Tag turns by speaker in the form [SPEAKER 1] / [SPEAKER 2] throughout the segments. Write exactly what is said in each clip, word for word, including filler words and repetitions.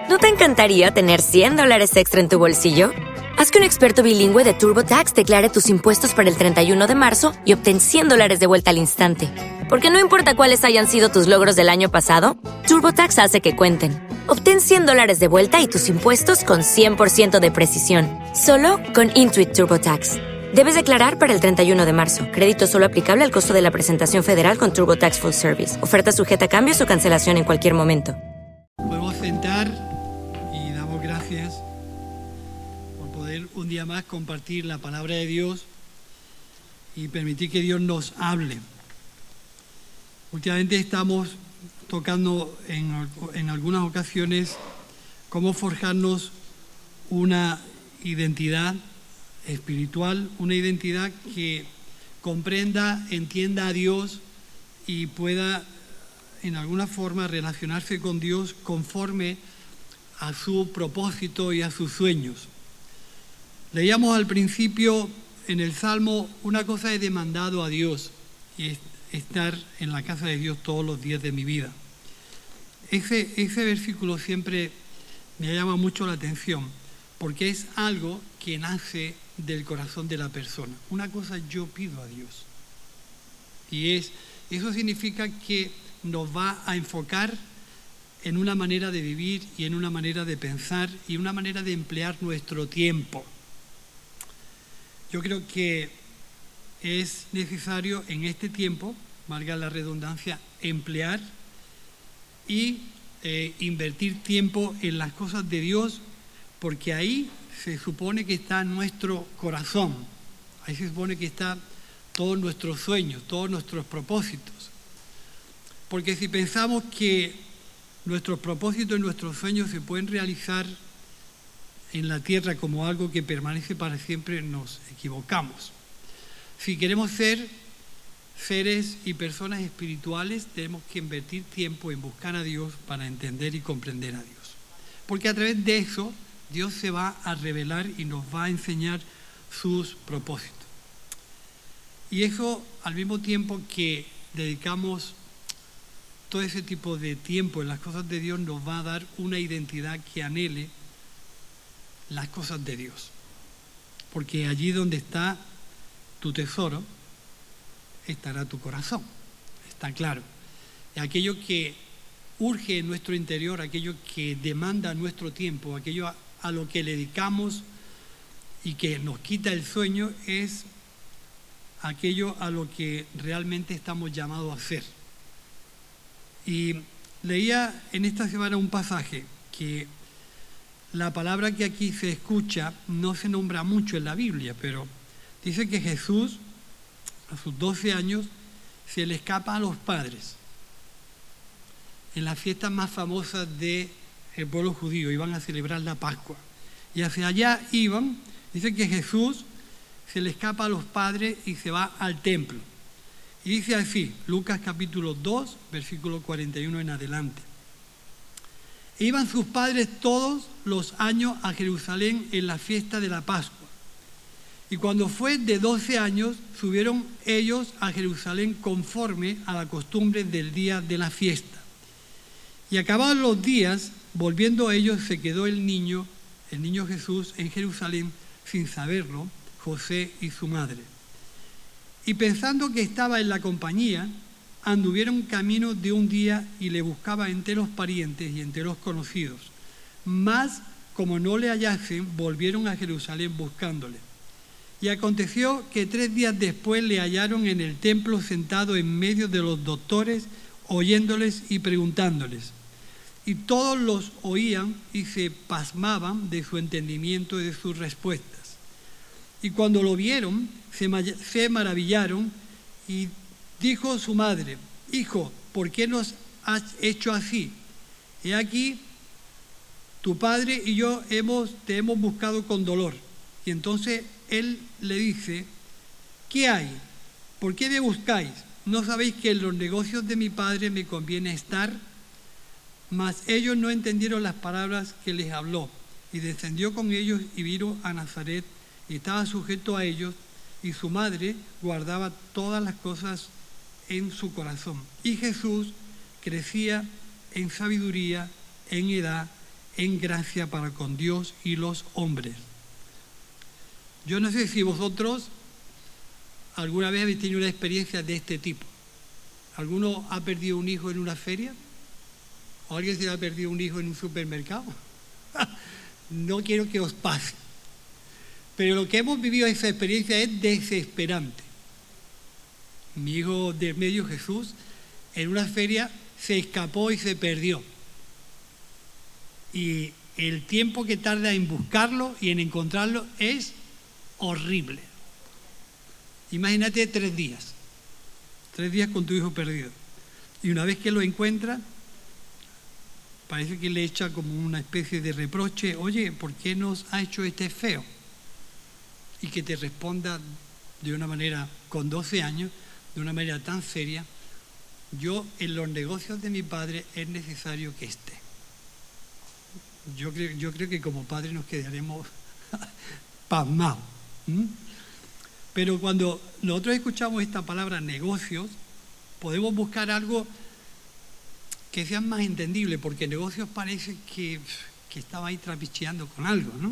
[SPEAKER 1] ¿No te encantaría tener cien dólares extra en tu bolsillo? Haz que un experto bilingüe de TurboTax declare tus impuestos para el treinta y uno de marzo y obtén cien dólares de vuelta al instante. Porque no importa cuáles hayan sido tus logros del año pasado, TurboTax hace que cuenten. Obtén cien dólares de vuelta y tus impuestos con cien por ciento de precisión. Solo con Intuit TurboTax. Debes declarar para el treinta y uno de marzo. Crédito solo aplicable al costo de la presentación federal con TurboTax Full Service. Oferta sujeta a cambios o cancelación en cualquier momento.
[SPEAKER 2] Podemos sentar y damos gracias por poder un día más compartir la palabra de Dios y permitir que Dios nos hable. Últimamente estamos tocando en, en algunas ocasiones cómo forjarnos una identidad espiritual, una identidad que comprenda, entienda a Dios y pueda en alguna forma relacionarse con Dios conforme a su propósito y a sus sueños. Leíamos al principio en el Salmo: una cosa he demandado a Dios, y es estar en la casa de Dios todos los días de mi vida. Ese, ese versículo siempre me llama mucho la atención, porque es algo que nace del corazón de la persona. Una cosa yo pido a Dios. Y es, eso significa que nos va a enfocar en una manera de vivir y en una manera de pensar y una manera de emplear nuestro tiempo. Yo creo que es necesario en este tiempo, valga la redundancia, emplear y eh, invertir tiempo en las cosas de Dios, porque ahí se supone que está nuestro corazón, ahí se supone que están todos nuestros sueños, todos nuestros propósitos. Porque si pensamos que nuestros propósitos y nuestros sueños se pueden realizar en la tierra como algo que permanece para siempre, nos equivocamos. Si queremos ser seres y personas espirituales, tenemos que invertir tiempo en buscar a Dios para entender y comprender a Dios. Porque a través de eso, Dios se va a revelar y nos va a enseñar sus propósitos. Y eso, al mismo tiempo que dedicamos todo ese tipo de tiempo en las cosas de Dios, nos va a dar una identidad que anhele las cosas de Dios. Porque allí donde está tu tesoro, estará tu corazón. Está claro. Y aquello que urge en nuestro interior, aquello que demanda nuestro tiempo, aquello a, a lo que le dedicamos y que nos quita el sueño, es aquello a lo que realmente estamos llamados a hacer. Y leía en esta semana un pasaje que la palabra que aquí se escucha no se nombra mucho en la Biblia, pero dice que Jesús, a sus doce años, se le escapa a los padres en las fiestas más famosas del pueblo judío. Iban a celebrar la Pascua. Y hacia allá iban. Dice que Jesús se le escapa a los padres y se va al templo. Y dice así, Lucas capítulo dos, versículo cuarenta y uno en adelante. E iban sus padres todos los años a Jerusalén en la fiesta de la Pascua. Y cuando fue de doce años, subieron ellos a Jerusalén conforme a la costumbre del día de la fiesta. Y acabados los días, volviendo ellos, se quedó el niño, el niño Jesús, en Jerusalén, sin saberlo, José y su madre. Y pensando que estaba en la compañía, anduvieron camino de un día y le buscaban entre los parientes y entre los conocidos. Mas, como no le hallasen, volvieron a Jerusalén buscándole. Y aconteció que tres días después le hallaron en el templo sentado en medio de los doctores, oyéndoles y preguntándoles. Y todos los oían y se pasmaban de su entendimiento y de sus respuestas. Y cuando lo vieron, se, se maravillaron, y dijo su madre: Hijo, ¿por qué nos has hecho así? He aquí, tu padre y yo hemos, te hemos buscado con dolor. Y entonces él le dice: ¿qué hay? ¿Por qué me buscáis? ¿No sabéis que en los negocios de mi padre me conviene estar? Mas ellos no entendieron las palabras que les habló. Y descendió con ellos y vino a Nazaret, y estaba sujeto a ellos, y su madre guardaba todas las cosas en su corazón. Y Jesús crecía en sabiduría, en edad, en gracia para con Dios y los hombres. Yo no sé si vosotros alguna vez habéis tenido una experiencia de este tipo. ¿Alguno ha perdido un hijo en una feria? ¿O alguien se ha perdido un hijo en un supermercado? No quiero que os pase. Pero lo que hemos vivido esa experiencia es desesperante. Mi hijo del medio, Jesús, en una feria se escapó y se perdió. Y el tiempo que tarda en buscarlo y en encontrarlo es horrible. Imagínate tres días. Tres días con tu hijo perdido. Y una vez que lo encuentra, parece que le echa como una especie de reproche. Oye, ¿por qué nos ha hecho este feo? Y que te responda de una manera, con doce años, de una manera tan seria: yo en los negocios de mi padre es necesario que esté. Yo creo, yo creo que como padre nos quedaremos pasmados. ¿Mm? Pero cuando nosotros escuchamos esta palabra negocios, podemos buscar algo que sea más entendible, porque negocios parece que, que estaba ahí trapicheando con algo, ¿no?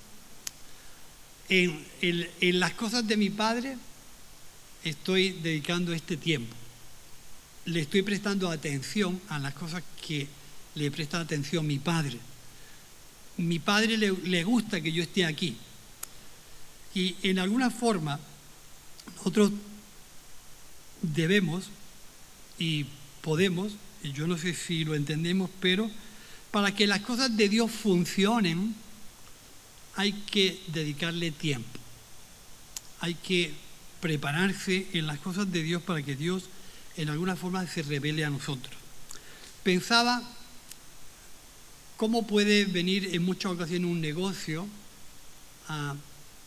[SPEAKER 2] En, en, en las cosas de mi padre estoy dedicando este tiempo. Le estoy prestando atención a las cosas que le presta atención mi padre. Mi padre le, le gusta que yo esté aquí. Y en alguna forma nosotros debemos y podemos, y yo no sé si lo entendemos, pero para que las cosas de Dios funcionen hay que dedicarle tiempo. Hay que prepararse en las cosas de Dios para que Dios en alguna forma se revele a nosotros. Pensaba cómo puede venir en muchas ocasiones un negocio a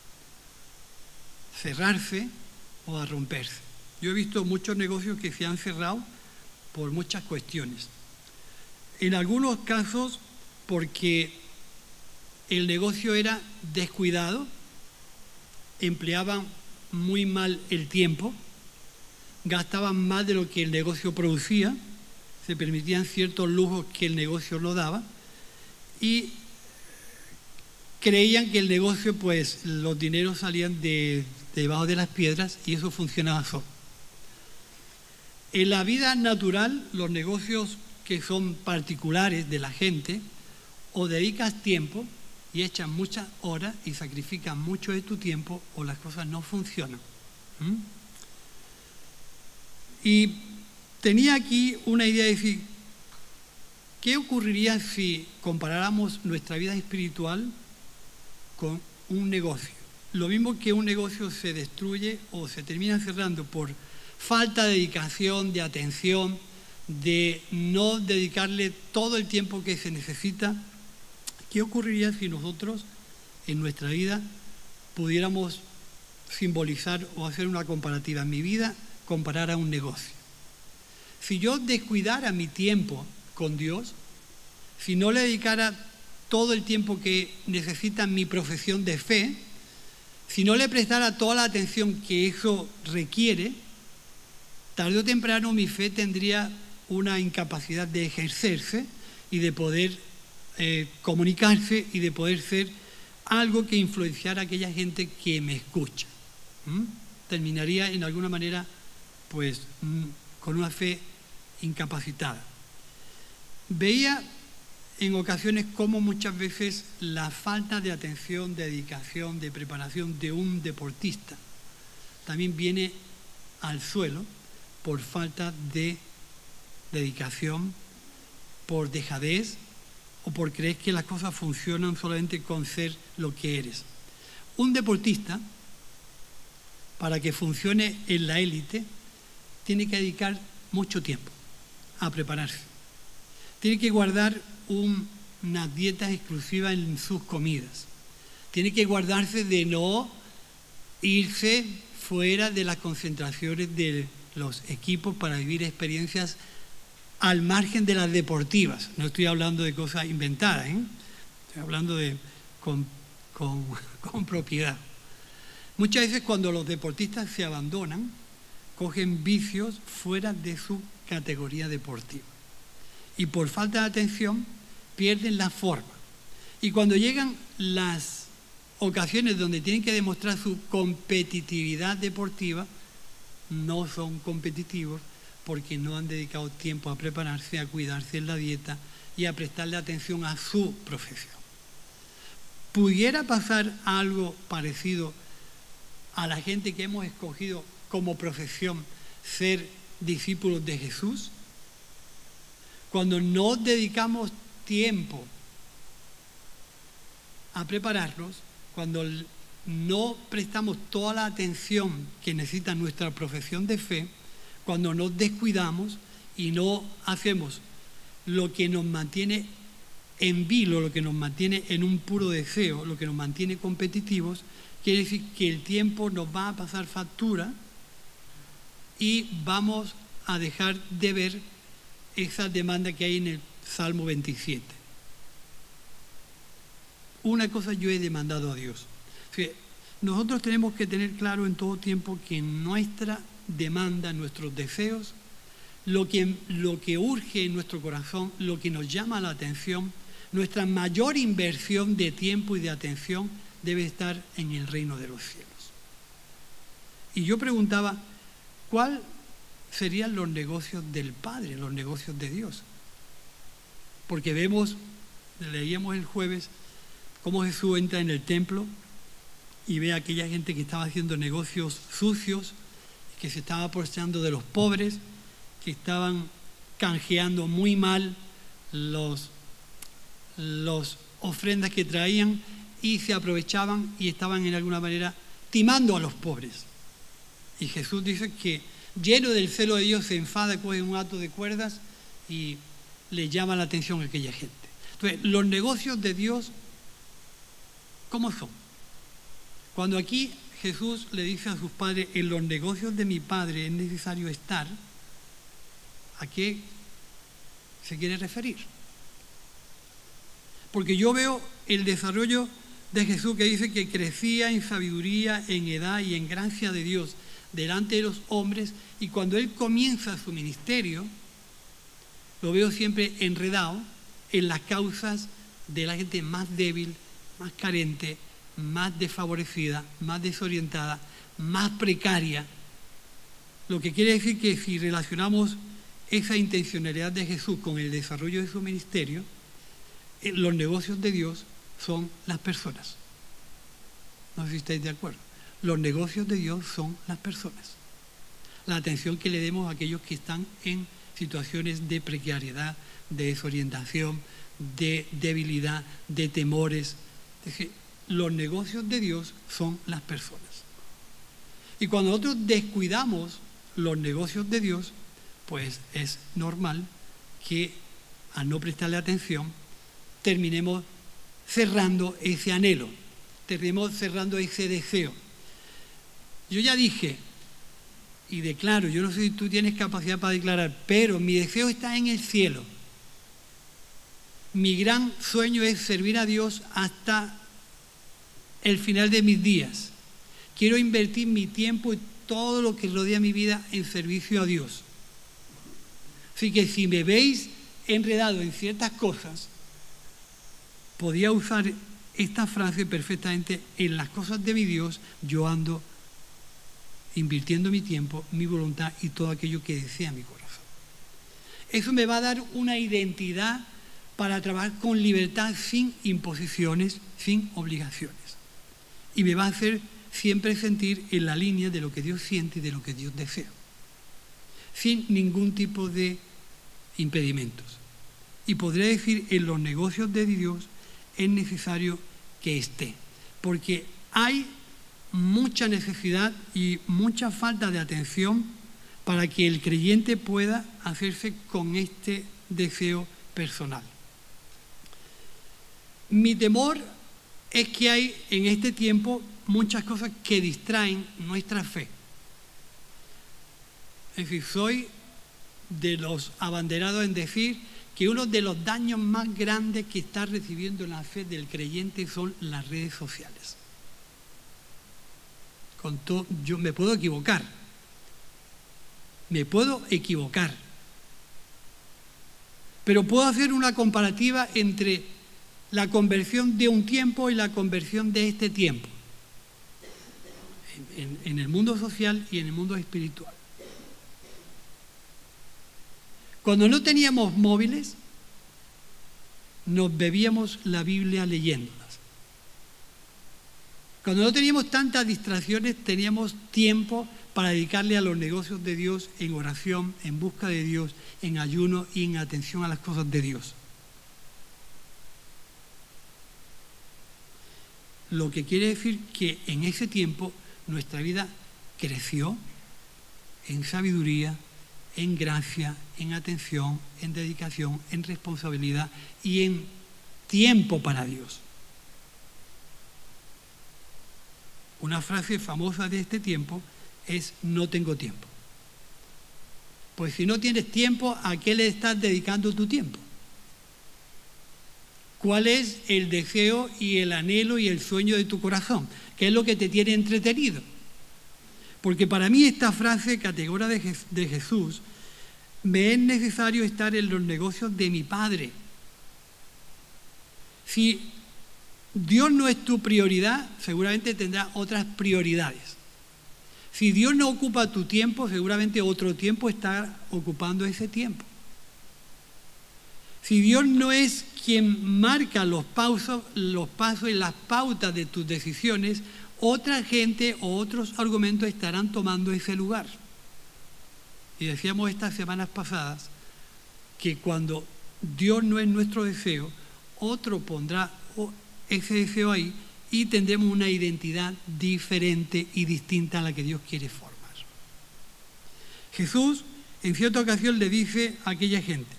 [SPEAKER 2] cerrarse o a romperse. Yo he visto muchos negocios que se han cerrado por muchas cuestiones. En algunos casos porque el negocio era descuidado, empleaban muy mal el tiempo, gastaban más de lo que el negocio producía, se permitían ciertos lujos que el negocio no daba y creían que el negocio, pues los dineros salían de, de debajo de las piedras y eso funcionaba solo. En la vida natural, los negocios que son particulares de la gente, o dedicas tiempo y echas muchas horas y sacrificas mucho de tu tiempo, o las cosas no funcionan. ¿Mm? Y tenía aquí una idea de decir, ¿qué ocurriría si comparáramos nuestra vida espiritual con un negocio? Lo mismo que un negocio se destruye o se termina cerrando por falta de dedicación, de atención, de no dedicarle todo el tiempo que se necesita. ¿Qué ocurriría si nosotros en nuestra vida pudiéramos simbolizar o hacer una comparativa? En mi vida, comparar a un negocio. Si yo descuidara mi tiempo con Dios, si no le dedicara todo el tiempo que necesita mi profesión de fe, si no le prestara toda la atención que eso requiere, tarde o temprano mi fe tendría una incapacidad de ejercerse y de poder eh, comunicarse y de poder ser algo que influenciara a aquella gente que me escucha. ¿Mm? Terminaría en alguna manera pues mm, con una fe incapacitada. Veía en ocasiones cómo muchas veces la falta de atención, de dedicación, de preparación de un deportista también viene al suelo por falta de dedicación, por dejadez o por creer que las cosas funcionan solamente con ser lo que eres. Un deportista, para que funcione en la élite, tiene que dedicar mucho tiempo a prepararse. Tiene que guardar un, unas dietas exclusivas en sus comidas. Tiene que guardarse de no irse fuera de las concentraciones de los equipos para vivir experiencias al margen de las deportivas. No estoy hablando de cosas inventadas, ¿eh? Estoy hablando de con, con, con propiedad. Muchas veces cuando los deportistas se abandonan, cogen vicios fuera de su categoría deportiva. Y por falta de atención pierden la forma. Y cuando llegan las ocasiones donde tienen que demostrar su competitividad deportiva, no son competitivos porque no han dedicado tiempo a prepararse, a cuidarse en la dieta y a prestarle atención a su profesión. ¿Pudiera pasar algo parecido a la gente que hemos escogido como profesión ser discípulos de Jesús? Cuando no dedicamos tiempo a prepararnos, cuando no prestamos toda la atención que necesita nuestra profesión de fe, cuando nos descuidamos y no hacemos lo que nos mantiene en vilo, lo que nos mantiene en un puro deseo, lo que nos mantiene competitivos, quiere decir que el tiempo nos va a pasar factura y vamos a dejar de ver esa demanda que hay en el Salmo veintisiete. Una cosa yo he demandado a Dios. O sea, nosotros tenemos que tener claro en todo tiempo que nuestra demanda, nuestros deseos, lo que, lo que urge en nuestro corazón, lo que nos llama la atención, nuestra mayor inversión de tiempo y de atención debe estar en el reino de los cielos. Y yo preguntaba, ¿cuáles serían los negocios del Padre, los negocios de Dios? Porque vemos, leíamos el jueves, cómo Jesús entra en el templo y ve a aquella gente que estaba haciendo negocios sucios, que se estaba aprovechando de los pobres, que estaban canjeando muy mal los, los ofrendas que traían y se aprovechaban y estaban en alguna manera timando a los pobres. Y Jesús dice que lleno del celo de Dios se enfada, coge un hato de cuerdas y le llama la atención a aquella gente. Entonces, los negocios de Dios, ¿cómo son? Cuando aquí Jesús le dice a sus padres, en los negocios de mi Padre es necesario estar, ¿a qué se quiere referir? Porque yo veo el desarrollo de Jesús que dice que crecía en sabiduría, en edad y en gracia de Dios delante de los hombres, y cuando Él comienza su ministerio, lo veo siempre enredado en las causas de la gente más débil, más carente, más desfavorecida, más desorientada, más precaria. Lo que quiere decir que si relacionamos esa intencionalidad de Jesús con el desarrollo de su ministerio, los negocios de Dios son las personas. No sé si estáis de acuerdo. Los negocios de Dios son las personas. La atención que le demos a aquellos que están en situaciones de precariedad, de desorientación, de debilidad, de temores. Es decir, los negocios de Dios son las personas. Y cuando nosotros descuidamos los negocios de Dios, pues es normal que al no prestarle atención terminemos cerrando ese anhelo, terminemos cerrando ese deseo. Yo ya dije y declaro, yo no sé si tú tienes capacidad para declarar, pero mi deseo está en el cielo. Mi gran sueño es servir a Dios hasta el final de mis días. Quiero invertir mi tiempo y todo lo que rodea mi vida en servicio a Dios. Así que si me veis enredado en ciertas cosas, podía usar esta frase perfectamente: en las cosas de mi Dios yo ando invirtiendo mi tiempo, mi voluntad y todo aquello que desea mi corazón. Eso me va a dar una identidad para trabajar con libertad, sin imposiciones, sin obligaciones. Y me va a hacer siempre sentir en la línea de lo que Dios siente y de lo que Dios desea, sin ningún tipo de impedimentos. Y podría decir, en los negocios de Dios es necesario que esté, porque hay mucha necesidad y mucha falta de atención para que el creyente pueda hacerse con este deseo personal. Mi temor es que hay en este tiempo muchas cosas que distraen nuestra fe. Es decir, soy de los abanderados en decir que uno de los daños más grandes que está recibiendo la fe del creyente son las redes sociales. Con todo, yo me puedo equivocar, me puedo equivocar, pero puedo hacer una comparativa entre la conversión de un tiempo y la conversión de este tiempo, en, en, en el mundo social y en el mundo espiritual. Cuando no teníamos móviles, nos bebíamos la Biblia leyéndolas. Cuando no teníamos tantas distracciones, teníamos tiempo para dedicarle a los negocios de Dios en oración, en busca de Dios, en ayuno y en atención a las cosas de Dios. Lo que quiere decir que en ese tiempo nuestra vida creció en sabiduría, en gracia, en atención, en dedicación, en responsabilidad y en tiempo para Dios. Una frase famosa de este tiempo es: no tengo tiempo. Pues si no tienes tiempo, ¿a qué le estás dedicando tu tiempo? ¿Cuál es el deseo y el anhelo y el sueño de tu corazón? ¿Qué es lo que te tiene entretenido? Porque para mí esta frase categórica de, de Jesús: me es necesario estar en los negocios de mi Padre. Si Dios no es tu prioridad, seguramente tendrás otras prioridades. Si Dios no ocupa tu tiempo, seguramente otro tiempo está ocupando ese tiempo. Si Dios no es quien marca los pasos, los pasos y las pautas de tus decisiones, otra gente o otros argumentos estarán tomando ese lugar. Y decíamos estas semanas pasadas que cuando Dios no es nuestro deseo, otro pondrá ese deseo ahí y tendremos una identidad diferente y distinta a la que Dios quiere formar. Jesús en cierta ocasión le dice a aquella gente: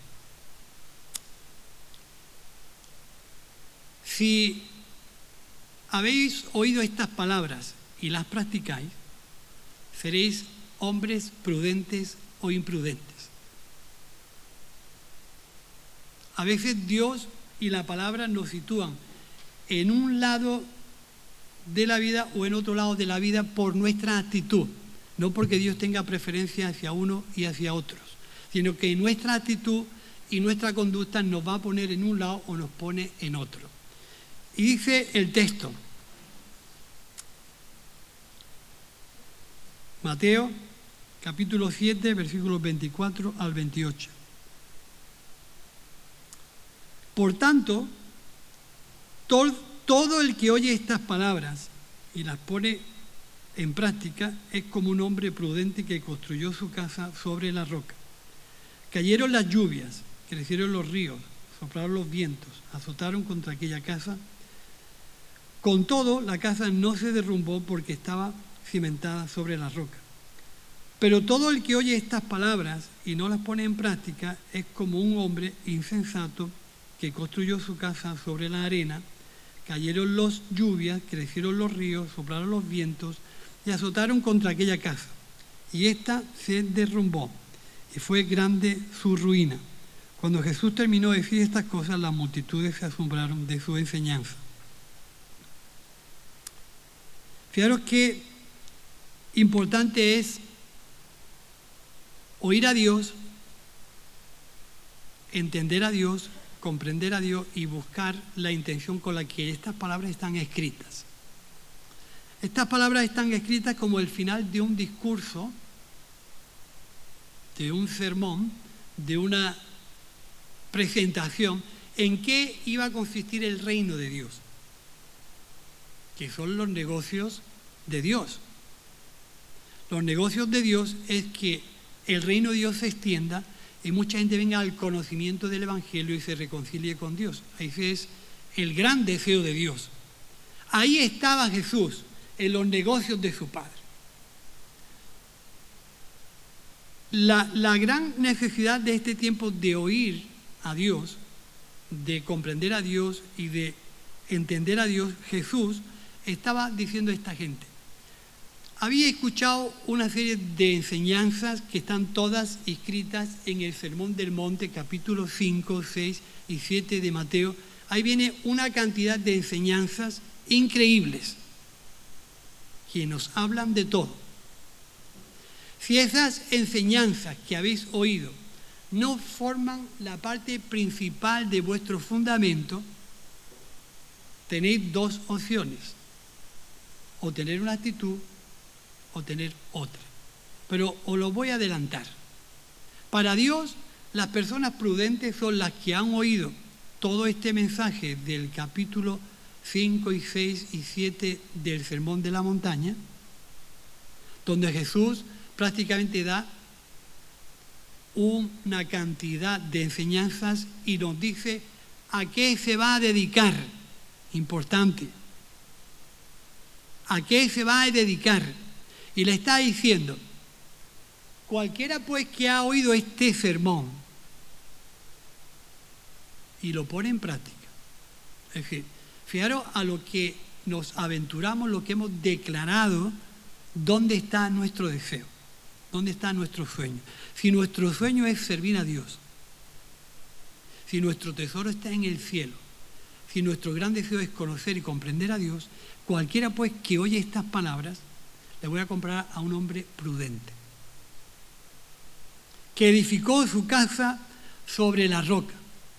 [SPEAKER 2] si habéis oído estas palabras y las practicáis, seréis hombres prudentes o imprudentes. A veces Dios y la palabra nos sitúan en un lado de la vida o en otro lado de la vida por nuestra actitud, no porque Dios tenga preferencia hacia uno y hacia otros, sino que nuestra actitud y nuestra conducta nos va a poner en un lado o nos pone en otro. Y dice el texto, Mateo capítulo siete, versículos veinticuatro al veintiocho. Por tanto, todo, todo el que oye estas palabras y las pone en práctica es como un hombre prudente que construyó su casa sobre la roca. Cayeron las lluvias, crecieron los ríos, soplaron los vientos, azotaron contra aquella casa. Con todo, la casa no se derrumbó porque estaba cimentada sobre la roca. Pero todo el que oye estas palabras y no las pone en práctica es como un hombre insensato que construyó su casa sobre la arena. Cayeron las lluvias, crecieron los ríos, soplaron los vientos y azotaron contra aquella casa. Y ésta se derrumbó y fue grande su ruina. Cuando Jesús terminó de decir estas cosas, las multitudes se asombraron de su enseñanza. Fijaros qué importante es oír a Dios, entender a Dios, comprender a Dios y buscar la intención con la que estas palabras están escritas. Estas palabras están escritas como el final de un discurso, de un sermón, de una presentación en qué iba a consistir el reino de Dios, que son los negocios de Dios. Los negocios de Dios es que el reino de Dios se extienda y mucha gente venga al conocimiento del Evangelio y se reconcilie con Dios. Ese es el gran deseo de Dios. Ahí estaba Jesús, en los negocios de su Padre. La, la gran necesidad de este tiempo de oír a Dios, de comprender a Dios y de entender a Dios, Jesús estaba diciendo a esta gente. Había escuchado una serie de enseñanzas que están todas escritas en el Sermón del Monte, capítulo cinco, seis y siete de Mateo. Ahí viene una cantidad de enseñanzas increíbles que nos hablan de todo. Si esas enseñanzas que habéis oído no forman la parte principal de vuestro fundamento, tenéis dos opciones, o tener una actitud o tener otra. Pero os lo voy a adelantar. Para Dios, las personas prudentes son las que han oído todo este mensaje del capítulo cinco y seis y siete del Sermón de la Montaña, donde Jesús prácticamente da una cantidad de enseñanzas y nos dice a qué se va a dedicar. Importante. ¿A qué se va a dedicar? Y le está diciendo, cualquiera pues que ha oído este sermón y lo pone en práctica. Es decir, fijaros a lo que nos aventuramos, lo que hemos declarado, dónde está nuestro deseo, dónde está nuestro sueño. Si nuestro sueño es servir a Dios, si nuestro tesoro está en el cielo, si nuestro gran deseo es conocer y comprender a Dios, cualquiera pues que oye estas palabras, le voy a comparar a un hombre prudente, que edificó su casa sobre la roca.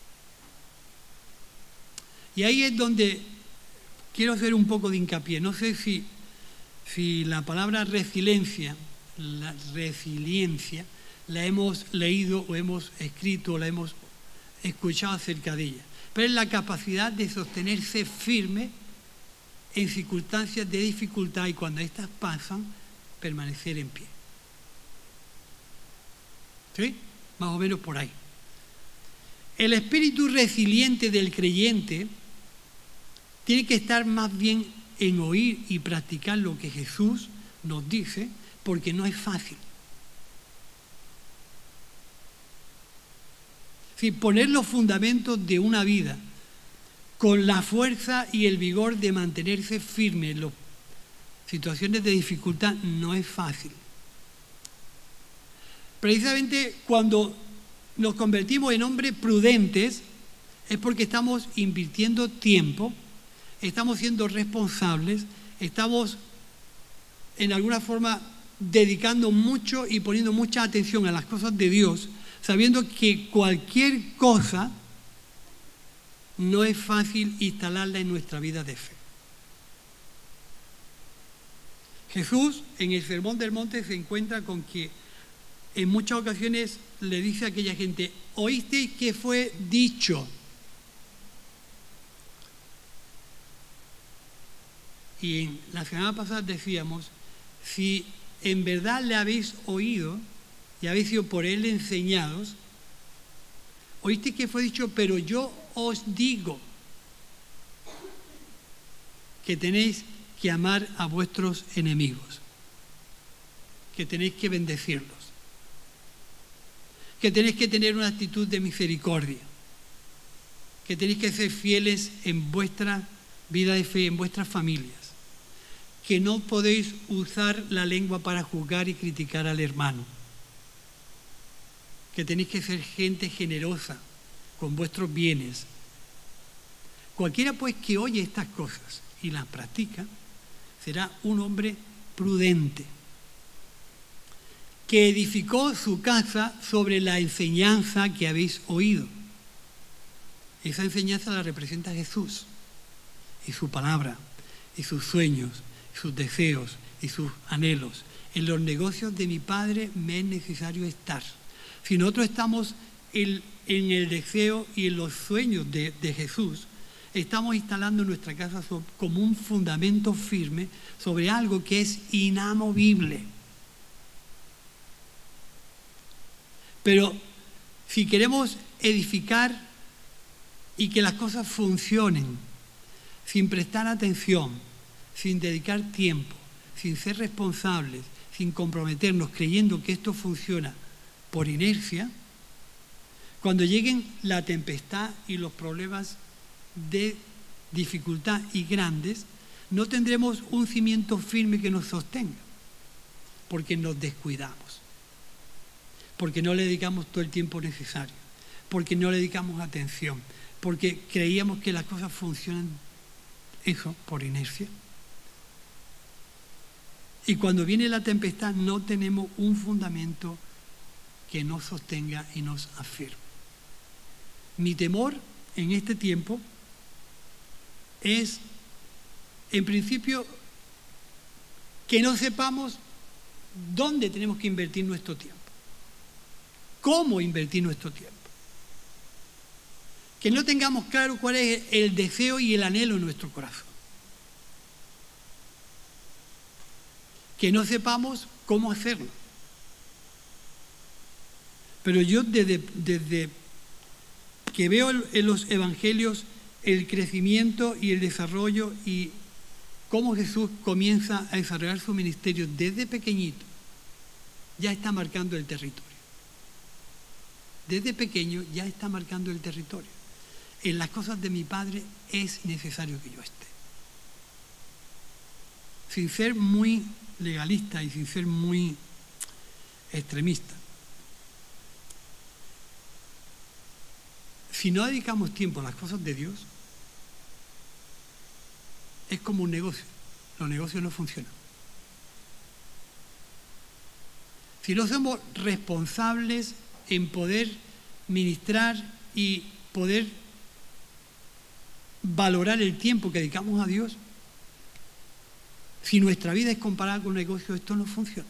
[SPEAKER 2] Y ahí es donde quiero hacer un poco de hincapié. No sé si, si la palabra resiliencia, la resiliencia, la hemos leído o hemos escrito o la hemos escuchado acerca de ella. Pero es la capacidad de sostenerse firme en circunstancias de dificultad y cuando éstas pasan, permanecer en pie. ¿Sí? Más o menos por ahí. El espíritu resiliente del creyente tiene que estar más bien en oír y practicar lo que Jesús nos dice, porque no es fácil. Sí, poner los fundamentos de una vida con la fuerza y el vigor de mantenerse firme en las situaciones de dificultad no es fácil. Precisamente cuando nos convertimos en hombres prudentes es porque estamos invirtiendo tiempo, estamos siendo responsables, estamos en alguna forma dedicando mucho y poniendo mucha atención a las cosas de Dios, sabiendo que cualquier cosa no es fácil instalarla en nuestra vida de fe. Jesús en el Sermón del Monte se encuentra con que en muchas ocasiones le dice a aquella gente, ¿oísteis que fue dicho? Y en la semana pasada decíamos, si en verdad le habéis oído y habéis sido por él enseñados, oísteis que fue dicho, pero yo os digo que tenéis que amar a vuestros enemigos, que tenéis que bendecirlos, que tenéis que tener una actitud de misericordia, que tenéis que ser fieles en vuestra vida de fe, en vuestras familias, que no podéis usar la lengua para juzgar y criticar al hermano, que tenéis que ser gente generosa con vuestros bienes. Cualquiera pues que oye estas cosas y las practica, será un hombre prudente, que edificó su casa sobre la enseñanza que habéis oído. Esa enseñanza la representa Jesús y su palabra, y sus sueños, y sus deseos, y sus anhelos. En los negocios de mi Padre me es necesario estar. Si nosotros estamos en, en el deseo y en los sueños de, de Jesús, estamos instalando nuestra casa como un fundamento firme sobre algo que es inamovible. Pero si queremos edificar y que las cosas funcionen sin prestar atención, sin dedicar tiempo, sin ser responsables, sin comprometernos, creyendo que esto funciona por inercia, cuando lleguen la tempestad y los problemas de dificultad y grandes, no tendremos un cimiento firme que nos sostenga, porque nos descuidamos, porque no le dedicamos todo el tiempo necesario, porque no le dedicamos atención, porque creíamos que las cosas funcionan eso por inercia. Y cuando viene la tempestad no tenemos un fundamento que nos sostenga y nos afirme. Mi temor en este tiempo es, en principio, que no sepamos dónde tenemos que invertir nuestro tiempo, cómo invertir nuestro tiempo. Que no tengamos claro cuál es el deseo y el anhelo en nuestro corazón. Que no sepamos cómo hacerlo. Pero yo desde, desde que veo en los evangelios el crecimiento y el desarrollo y cómo Jesús comienza a desarrollar su ministerio desde pequeñito, ya está marcando el territorio. Desde pequeño ya está marcando el territorio. En las cosas de mi Padre es necesario que yo esté. Sin ser muy legalista y sin ser muy extremista. Si no dedicamos tiempo a las cosas de Dios, es como un negocio. Los negocios no funcionan. Si no somos responsables en poder ministrar y poder valorar el tiempo que dedicamos a Dios, si nuestra vida es comparada con un negocio, esto no funciona.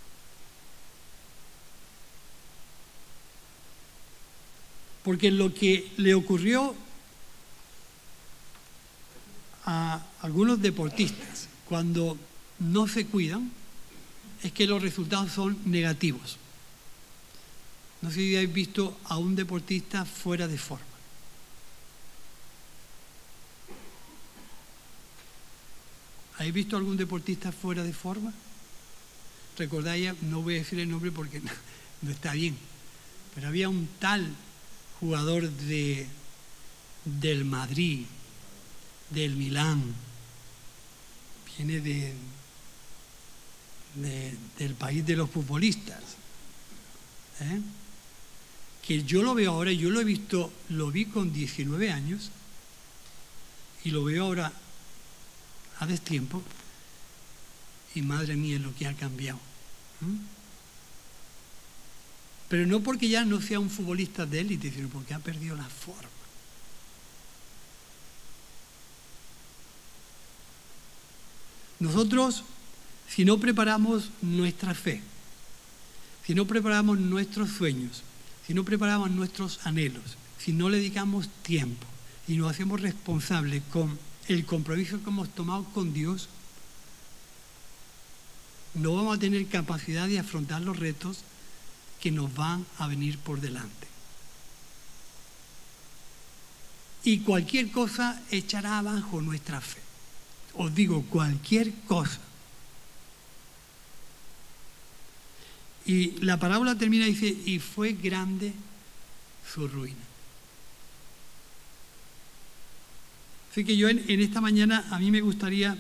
[SPEAKER 2] Porque lo que le ocurrió a algunos deportistas cuando no se cuidan es que los resultados son negativos. No sé si habéis visto a un deportista fuera de forma. ¿Habéis visto a algún deportista fuera de forma? Recordáis, no voy a decir el nombre porque no, no está bien, pero había un tal jugador de, del Madrid, del Milán, viene de, de, del país de los futbolistas, ¿eh? Que yo lo veo ahora, yo lo he visto, lo vi con diecinueve años y lo veo ahora a destiempo y madre mía lo que ha cambiado. ¿Mm? Pero no porque ya no sea un futbolista de élite, sino porque ha perdido la forma. Nosotros, si no preparamos nuestra fe, si no preparamos nuestros sueños, si no preparamos nuestros anhelos, si no le dedicamos tiempo y nos hacemos responsables con el compromiso que hemos tomado con Dios, no vamos a tener capacidad de afrontar los retos que nos van a venir por delante. Y cualquier cosa echará abajo nuestra fe. Os digo, cualquier cosa. Y la parábola termina y dice, y fue grande su ruina. Así que yo en, en esta mañana a mí me gustaría,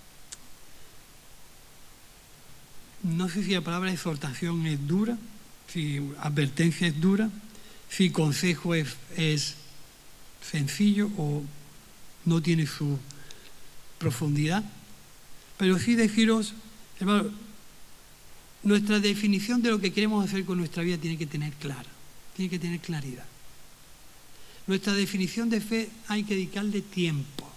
[SPEAKER 2] no sé si la palabra exhortación es dura, si advertencia es dura, si consejo es, es sencillo o no tiene su profundidad, pero sí deciros, hermano, nuestra definición de lo que queremos hacer con nuestra vida tiene que tener clara, tiene que tener claridad. Nuestra definición de fe hay que dedicarle tiempo.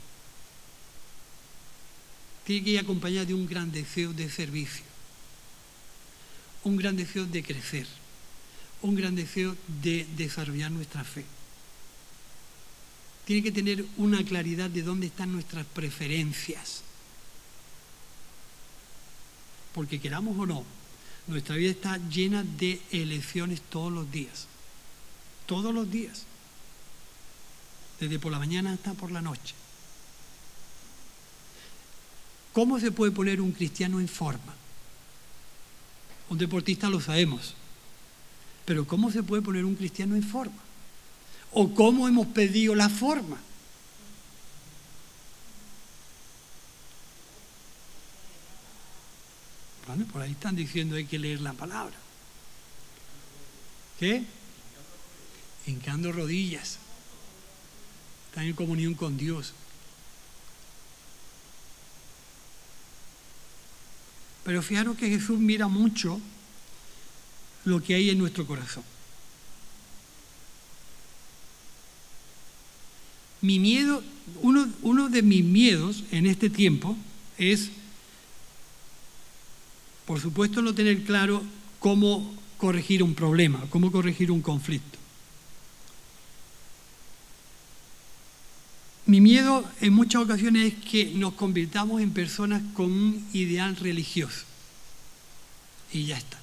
[SPEAKER 2] Tiene que ir acompañada de un gran deseo de servicio, un gran deseo de crecer, un gran deseo de desarrollar nuestra fe. Tiene que tener una claridad de dónde están nuestras preferencias. Porque queramos o no, nuestra vida está llena de elecciones todos los días. Todos los días. Desde por la mañana hasta por la noche. ¿Cómo se puede poner un cristiano en forma? Un deportista lo sabemos. Pero ¿cómo se puede poner un cristiano en forma? ¿O cómo hemos pedido la forma? Bueno, por ahí están diciendo hay que leer la palabra. ¿Qué? Hincando rodillas. Están en comunión con Dios. Pero fijaros que Jesús mira mucho lo que hay en nuestro corazón. Mi miedo, uno, uno de mis miedos en este tiempo es, por supuesto, no tener claro cómo corregir un problema, cómo corregir un conflicto. Mi miedo en muchas ocasiones es que nos convirtamos en personas con un ideal religioso. Y ya está.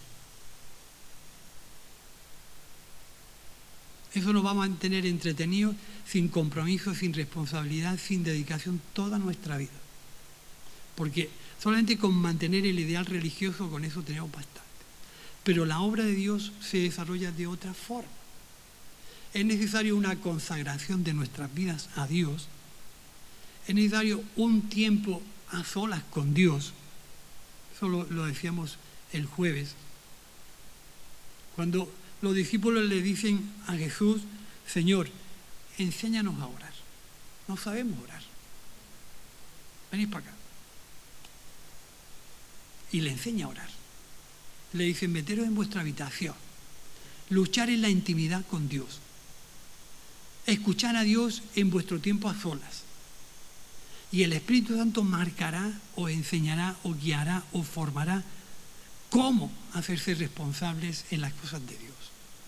[SPEAKER 2] Eso nos va a mantener entretenidos, sin compromiso, sin responsabilidad, sin dedicación toda nuestra vida. Porque solamente con mantener el ideal religioso, con eso tenemos bastante. Pero la obra de Dios se desarrolla de otra forma. Es necesario una consagración de nuestras vidas a Dios. Es necesario un tiempo a solas con Dios. Eso lo, lo decíamos el jueves. Cuando los discípulos le dicen a Jesús, Señor, enséñanos a orar. No sabemos orar. Venid para acá. Y le enseña a orar. Le dicen, meteros en vuestra habitación. Luchar en la intimidad con Dios. Escuchar a Dios en vuestro tiempo a solas. Y el Espíritu Santo marcará o enseñará o guiará o formará cómo hacerse responsables en las cosas de Dios.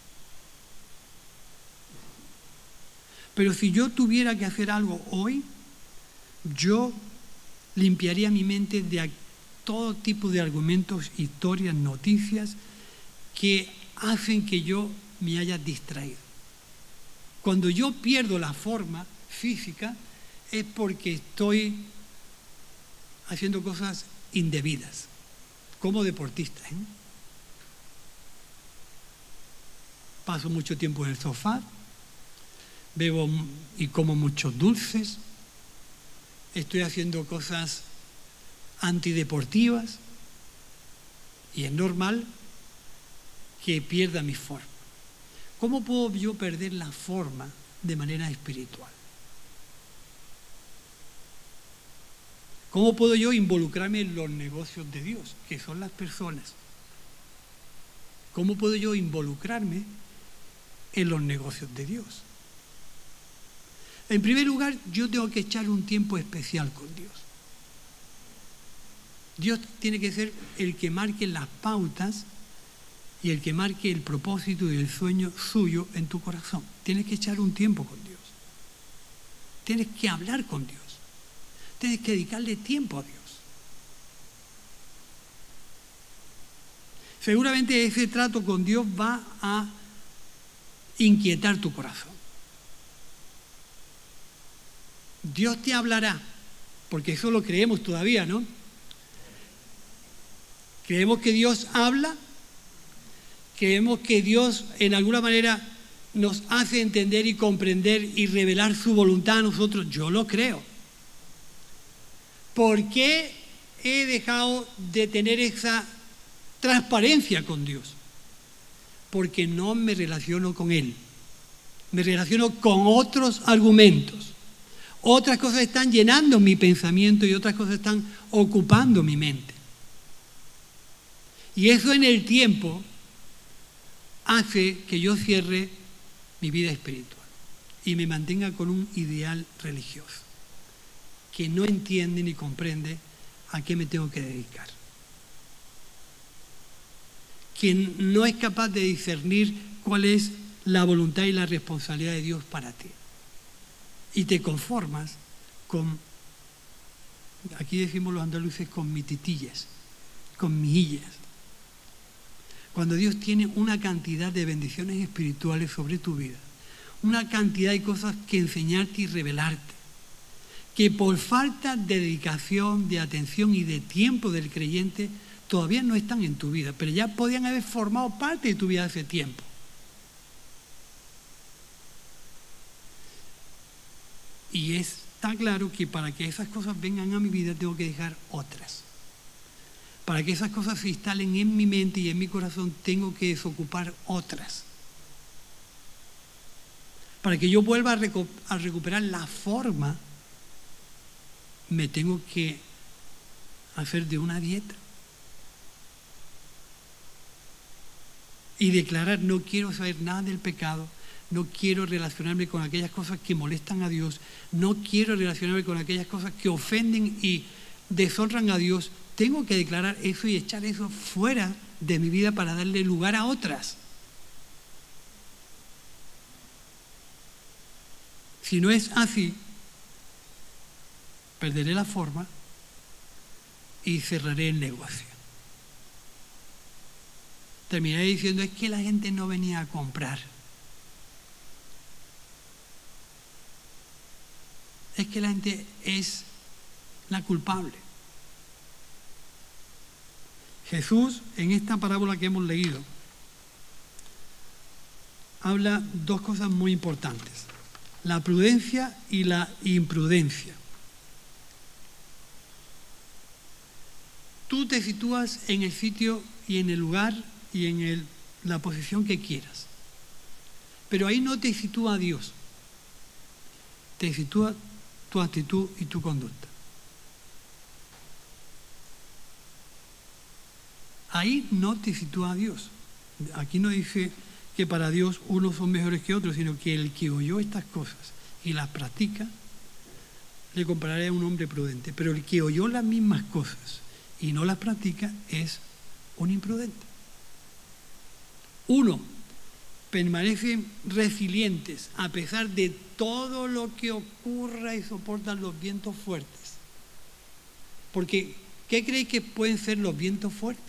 [SPEAKER 2] Pero si yo tuviera que hacer algo hoy, yo limpiaría mi mente de todo tipo de argumentos, historias, noticias que hacen que yo me haya distraído. Cuando yo pierdo la forma física es porque estoy haciendo cosas indebidas, como deportista, ¿eh? Paso mucho tiempo en el sofá, bebo y como muchos dulces, estoy haciendo cosas antideportivas y es normal que pierda mi forma. ¿Cómo puedo yo perder la forma de manera espiritual? ¿Cómo puedo yo involucrarme en los negocios de Dios, que son las personas? ¿Cómo puedo yo involucrarme en los negocios de Dios? En primer lugar, yo tengo que echar un tiempo especial con Dios. Dios tiene que ser el que marque las pautas y el que marque el propósito y el sueño suyo en tu corazón. Tienes que echar un tiempo con Dios. Tienes que hablar con Dios. Tienes que dedicarle tiempo a Dios. Seguramente ese trato con Dios va a inquietar tu corazón. Dios te hablará, porque eso lo creemos todavía, ¿no? Creemos que Dios habla, creemos que Dios en alguna manera nos hace entender y comprender y revelar su voluntad a nosotros. Yo lo creo. ¿Por qué he dejado de tener esa transparencia con Dios? Porque no me relaciono con Él. Me relaciono con otros argumentos. Otras cosas están llenando mi pensamiento y otras cosas están ocupando mi mente. Y eso en el tiempo hace que yo cierre mi vida espiritual y me mantenga con un ideal religioso que no entiende ni comprende a qué me tengo que dedicar. Que no es capaz de discernir cuál es la voluntad y la responsabilidad de Dios para ti. Y te conformas con, aquí decimos los andaluces, con mititillas, con mijillas. Cuando Dios tiene una cantidad de bendiciones espirituales sobre tu vida, una cantidad de cosas que enseñarte y revelarte, que por falta de dedicación, de atención y de tiempo del creyente todavía no están en tu vida, pero ya podían haber formado parte de tu vida hace tiempo. Y está claro que para que esas cosas vengan a mi vida tengo que dejar otras. Para que esas cosas se instalen en mi mente y en mi corazón tengo que desocupar otras. Para que yo vuelva a, recu- a recuperar la forma, me tengo que hacer de una dieta. Y declarar, no quiero saber nada del pecado, no quiero relacionarme con aquellas cosas que molestan a Dios, no quiero relacionarme con aquellas cosas que ofenden y deshonran a Dios, tengo que declarar eso y echar eso fuera de mi vida para darle lugar a otras. Si no es así, perderé la forma y cerraré el negocio. Terminaré diciendo, es que la gente no venía a comprar. Es que la gente es la culpable. Jesús, en esta parábola que hemos leído, habla dos cosas muy importantes: la prudencia y la imprudencia. Tú te sitúas en el sitio y en el lugar y en el, la posición que quieras. Pero ahí no te sitúa Dios. Te sitúa tu actitud y tu conducta. Ahí no te sitúa Dios. Aquí no dice que para Dios unos son mejores que otros, sino que el que oyó estas cosas y las practica, le compararé a un hombre prudente. Pero el que oyó las mismas cosas y no las practica es un imprudente. Uno, permanecen resilientes a pesar de todo lo que ocurra y soportan los vientos fuertes. Porque, ¿qué creéis que pueden ser los vientos fuertes?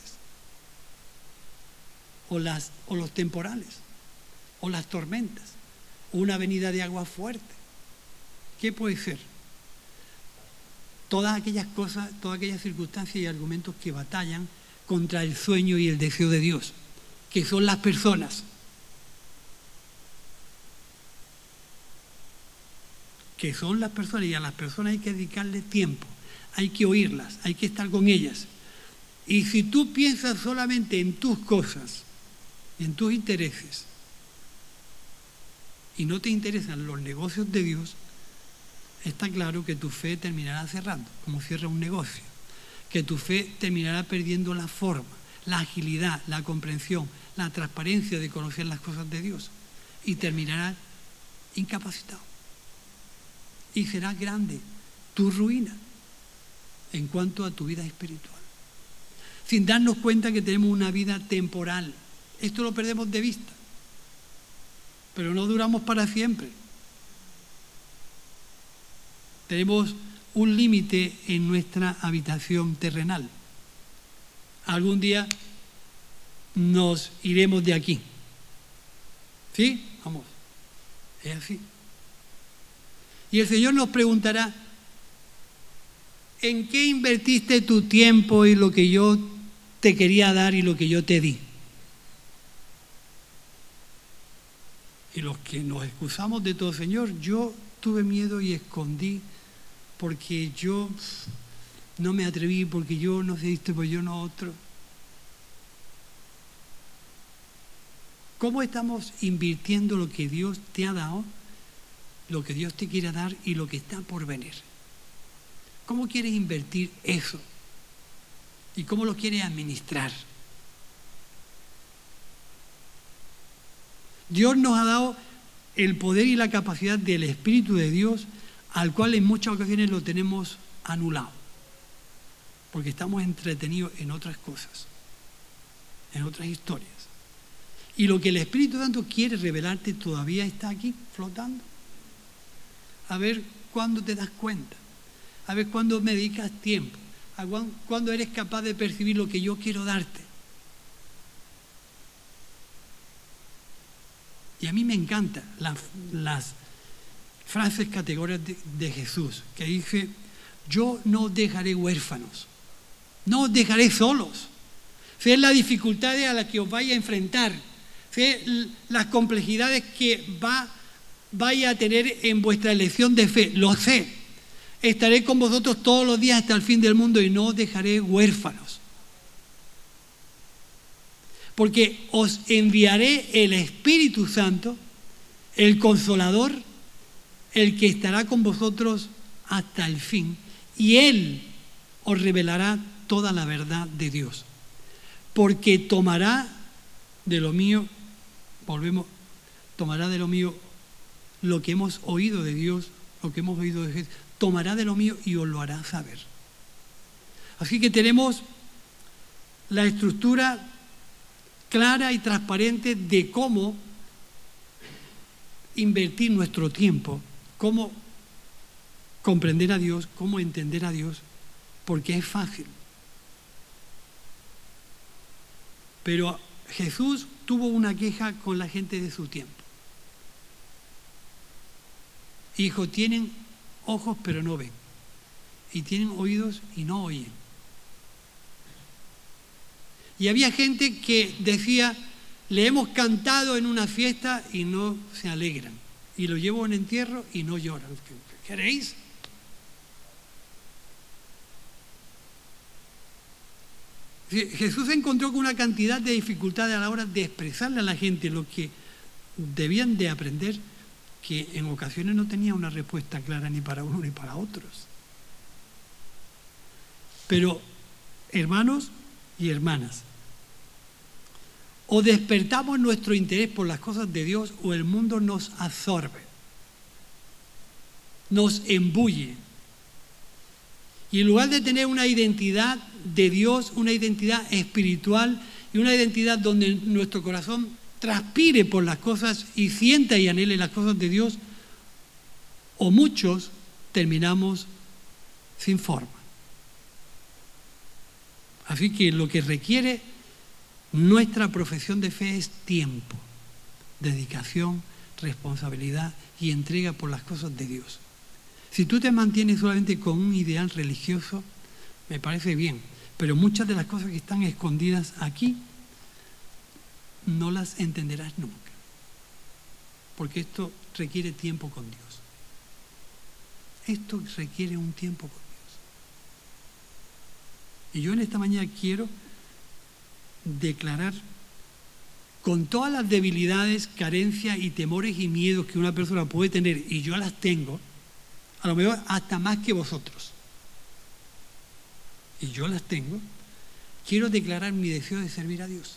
[SPEAKER 2] O, las, o los temporales, o las tormentas, o una venida de agua fuerte. ¿Qué puede ser? Todas aquellas cosas, todas aquellas circunstancias y argumentos que batallan contra el sueño y el deseo de Dios, que son las personas. Que son las personas, y a las personas hay que dedicarle tiempo, hay que oírlas, hay que estar con ellas. Y si tú piensas solamente en tus cosas, en tus intereses, y no te interesan los negocios de Dios, está claro que tu fe terminará cerrando, como cierra un negocio, que tu fe terminará perdiendo la forma, la agilidad, la comprensión, la transparencia de conocer las cosas de Dios, y terminará incapacitado. Y será grande tu ruina en cuanto a tu vida espiritual, sin darnos cuenta que tenemos una vida temporal. Esto lo perdemos de vista, pero no duramos para siempre. Tenemos un límite en nuestra habitación terrenal. Algún día nos iremos de aquí. ¿Sí? Vamos. Es así. Y el Señor nos preguntará, ¿en qué invertiste tu tiempo y lo que yo te quería dar y lo que yo te di? Y los que nos excusamos de todo, Señor, yo tuve miedo y escondí porque yo no me atreví, porque yo no sé esto, porque yo no otro. ¿Cómo estamos invirtiendo lo que Dios te ha dado, lo que Dios te quiere dar y lo que está por venir? ¿Cómo quieres invertir eso? ¿Y cómo lo quieres administrar? Dios nos ha dado el poder y la capacidad del Espíritu de Dios, al cual en muchas ocasiones lo tenemos anulado, porque estamos entretenidos en otras cosas, en otras historias. Y lo que el Espíritu Santo quiere revelarte todavía está aquí, flotando. A ver cuándo te das cuenta, a ver cuándo me dedicas tiempo, a cuándo eres capaz de percibir lo que yo quiero darte. Y a mí me encantan las, las frases categóricas de, de Jesús, que dice, yo no os dejaré huérfanos, no os dejaré solos. Sé las dificultades a las que os vais a enfrentar, sé las complejidades que va, vaya a tener en vuestra elección de fe, lo sé. Estaré con vosotros todos los días hasta el fin del mundo y no os dejaré huérfanos. Porque os enviaré el Espíritu Santo, el Consolador, el que estará con vosotros hasta el fin, y Él os revelará toda la verdad de Dios. Porque tomará de lo mío, volvemos, tomará de lo mío lo que hemos oído de Dios, lo que hemos oído de Jesús, tomará de lo mío y os lo hará saber. Así que tenemos la estructura clara y transparente de cómo invertir nuestro tiempo, cómo comprender a Dios, cómo entender a Dios, porque es fácil. Pero Jesús tuvo una queja con la gente de su tiempo. Hijo, tienen ojos pero no ven, y tienen oídos y no oyen. Y había gente que decía, le hemos cantado en una fiesta y no se alegran, y lo llevo en entierro y no lloran. ¿Qué queréis? Jesús se encontró con una cantidad de dificultades a la hora de expresarle a la gente lo que debían de aprender, que en ocasiones no tenía una respuesta clara ni para uno ni para otros. Pero, hermanos y hermanas, o despertamos nuestro interés por las cosas de Dios o el mundo nos absorbe, nos embulle. Y en lugar de tener una identidad de Dios, una identidad espiritual y una identidad donde nuestro corazón transpire por las cosas y sienta y anhele las cosas de Dios, o muchos terminamos sin forma. Así que lo que requiere nuestra profesión de fe es tiempo, dedicación, responsabilidad y entrega por las cosas de Dios. Si tú te mantienes solamente con un ideal religioso, me parece bien, pero muchas de las cosas que están escondidas aquí no las entenderás nunca, porque esto requiere tiempo con Dios. Esto requiere un tiempo con Dios. Y yo en esta mañana quiero declarar, con todas las debilidades, carencias y temores y miedos que una persona puede tener, y yo las tengo, a lo mejor hasta más que vosotros, y yo las tengo, quiero declarar mi deseo de servir a Dios.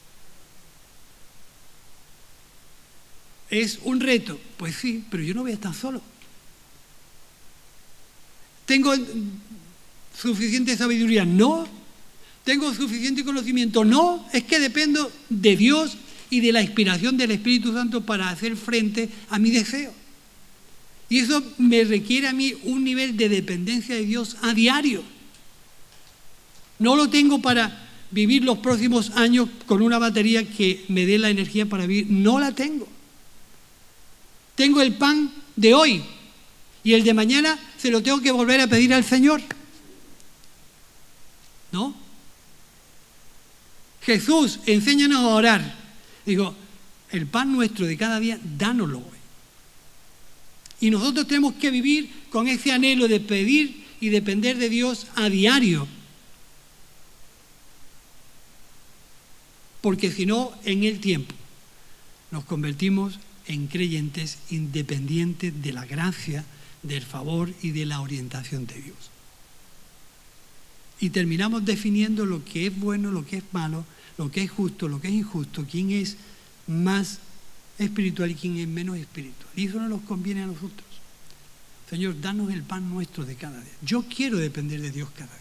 [SPEAKER 2] ¿Es un reto? Pues sí, pero yo no voy a estar solo. ¿Tengo suficiente sabiduría? No. ¿Tengo suficiente conocimiento? No. Es que dependo de Dios y de la inspiración del Espíritu Santo para hacer frente a mi deseo. Y eso me requiere a mí un nivel de dependencia de Dios a diario. No lo tengo para vivir los próximos años con una batería que me dé la energía para vivir. No la tengo. Tengo el pan de hoy y el de mañana se lo tengo que volver a pedir al Señor. ¿No? Jesús, enséñanos a orar. Digo, el pan nuestro de cada día, dánoslo hoy. Y nosotros tenemos que vivir con ese anhelo de pedir y depender de Dios a diario. Porque si no, en el tiempo nos convertimos en creyentes independientes de la gracia, del favor y de la orientación de Dios. Y terminamos definiendo lo que es bueno, lo que es malo, lo que es justo, lo que es injusto, quién es más espiritual y quién es menos espiritual. Y eso no nos conviene a nosotros. Señor, danos el pan nuestro de cada día. Yo quiero depender de Dios cada día.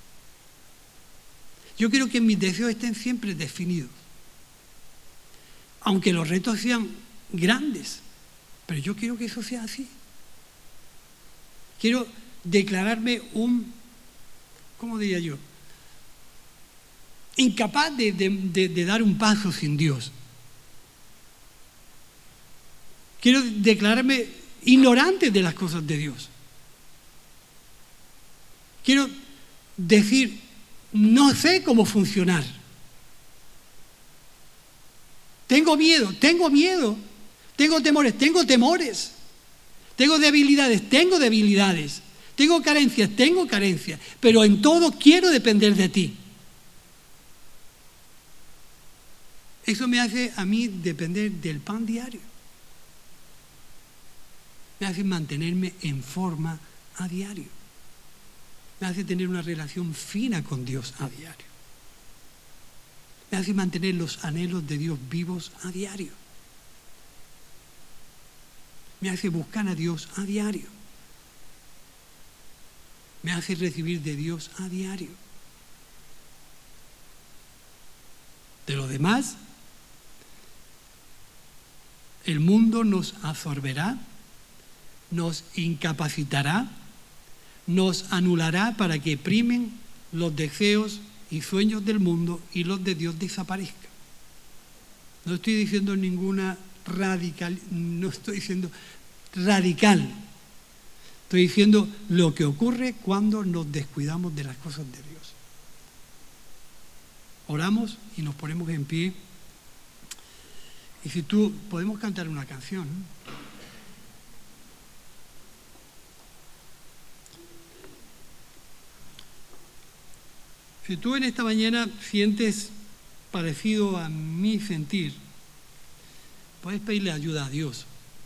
[SPEAKER 2] Yo quiero que mis deseos estén siempre definidos. Aunque los retos sean grandes, pero yo quiero que eso sea así. Quiero declararme un, ¿cómo diría yo? Incapaz de, de, de, de dar un paso sin Dios. Quiero declararme ignorante de las cosas de Dios. Quiero decir, no sé cómo funcionar. Tengo miedo, tengo miedo. Tengo temores, tengo temores. Tengo debilidades, tengo debilidades. Tengo carencias, tengo carencias. Pero en todo quiero depender de ti. Eso me hace a mí depender del pan diario. Me hace mantenerme en forma a diario. Me hace tener una relación fina con Dios a diario. Me hace mantener los anhelos de Dios vivos a diario. me hace buscar a Dios a diario. Me hace recibir de Dios a diario. De lo demás, el mundo nos absorberá, nos incapacitará, nos anulará para que primen los deseos y sueños del mundo y los de Dios desaparezcan. No estoy diciendo ninguna radical, no estoy diciendo radical. Estoy diciendo lo que ocurre cuando nos descuidamos de las cosas de Dios. Oramos y nos ponemos en pie. Y si tú, podemos cantar una canción, ¿no? Si tú en esta mañana sientes parecido a mi sentir, puedes pedirle ayuda a Dios.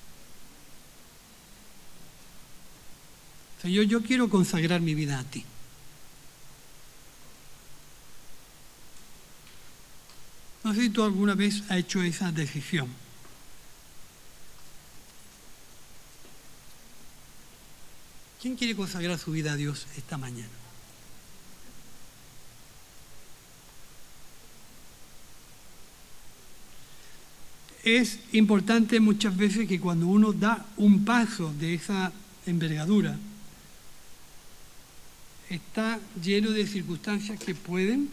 [SPEAKER 2] Señor, yo quiero consagrar mi vida a ti. No sé si tú alguna vez has hecho esa decisión. ¿Quién quiere consagrar su vida a Dios esta mañana? Es importante muchas veces que cuando uno da un paso de esa envergadura, está lleno de circunstancias que pueden,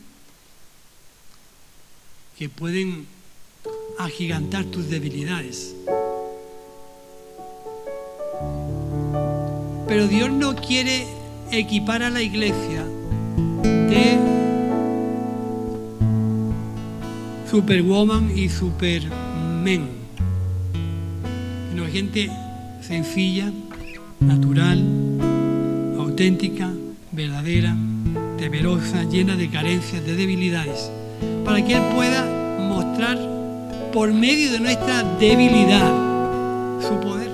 [SPEAKER 2] que pueden agigantar tus debilidades. Pero Dios no quiere equipar a la iglesia de superwoman y supermen, sino gente sencilla, natural, auténtica, verdadera, temerosa, llena de carencias, de debilidades, para que Él pueda mostrar por medio de nuestra debilidad su poder.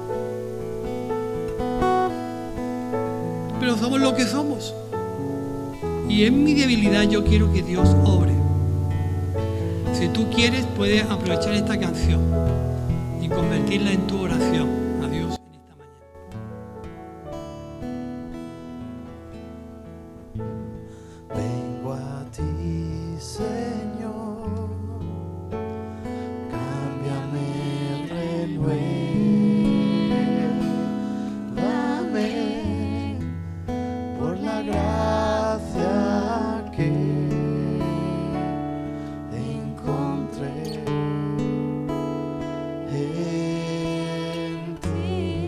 [SPEAKER 2] Pero somos lo que somos. Y en mi debilidad yo quiero que Dios obre. Si tú quieres, puedes aprovechar esta canción y convertirla en tu oración.
[SPEAKER 3] En ti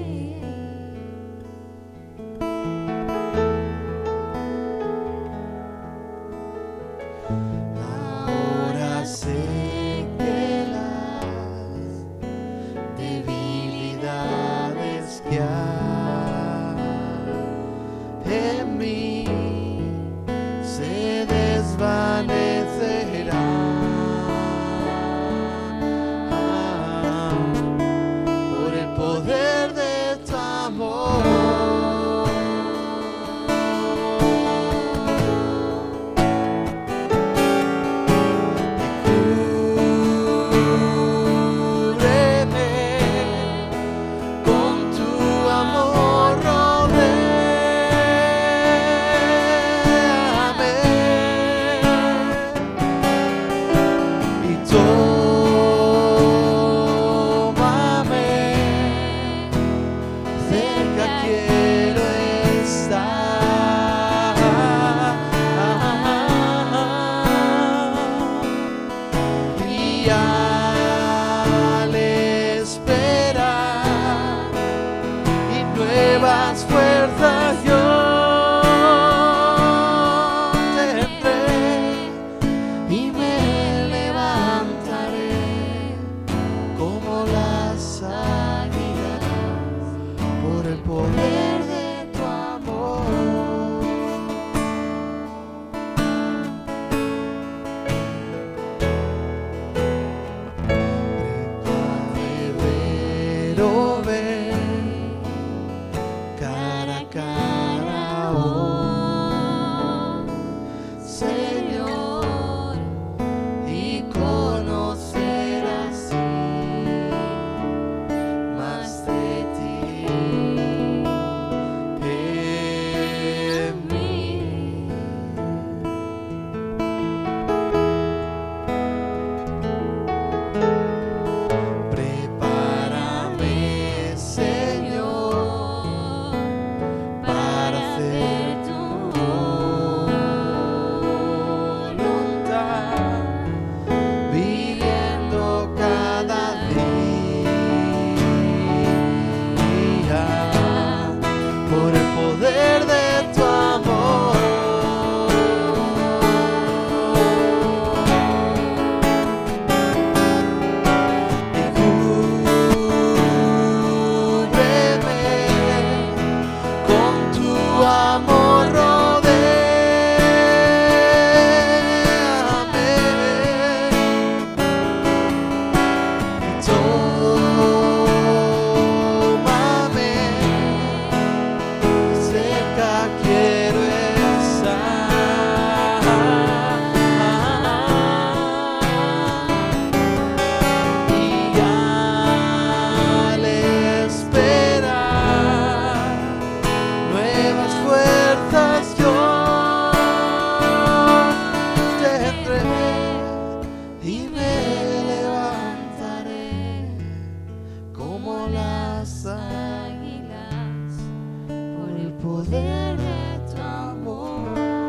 [SPEAKER 3] poder de tu amor.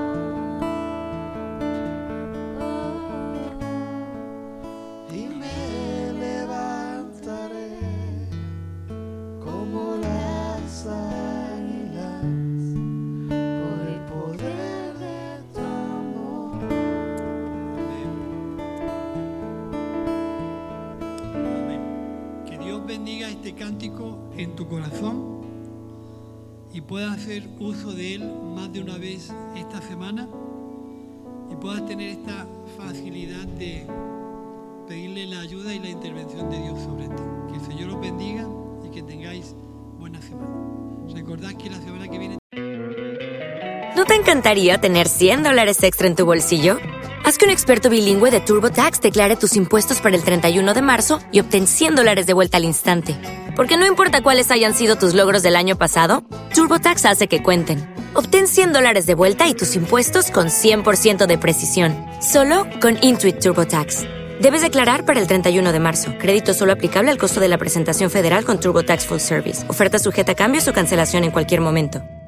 [SPEAKER 3] Oh, y me levantaré como las águilas por el poder de tu amor.
[SPEAKER 2] Amén. Que Dios bendiga este cántico en tu corazón y puedas hacer uso de él más de una vez esta semana y puedas tener esta facilidad de pedirle la ayuda y la intervención de Dios sobre ti. Que el Señor os bendiga y que tengáis buena semana. Recordad que la semana que viene...
[SPEAKER 1] ¿No te encantaría tener cien dólares extra en tu bolsillo? Haz que un experto bilingüe de TurboTax declare tus impuestos para el treinta y uno de marzo y obtén cien dólares de vuelta al instante. Porque no importa cuáles hayan sido tus logros del año pasado, TurboTax hace que cuenten. Obtén cien dólares de vuelta y tus impuestos con cien por ciento de precisión. Solo con Intuit TurboTax. Debes declarar para el treinta y uno de marzo. Crédito solo aplicable al costo de la presentación federal con TurboTax Full Service. Oferta sujeta a cambios o cancelación en cualquier momento.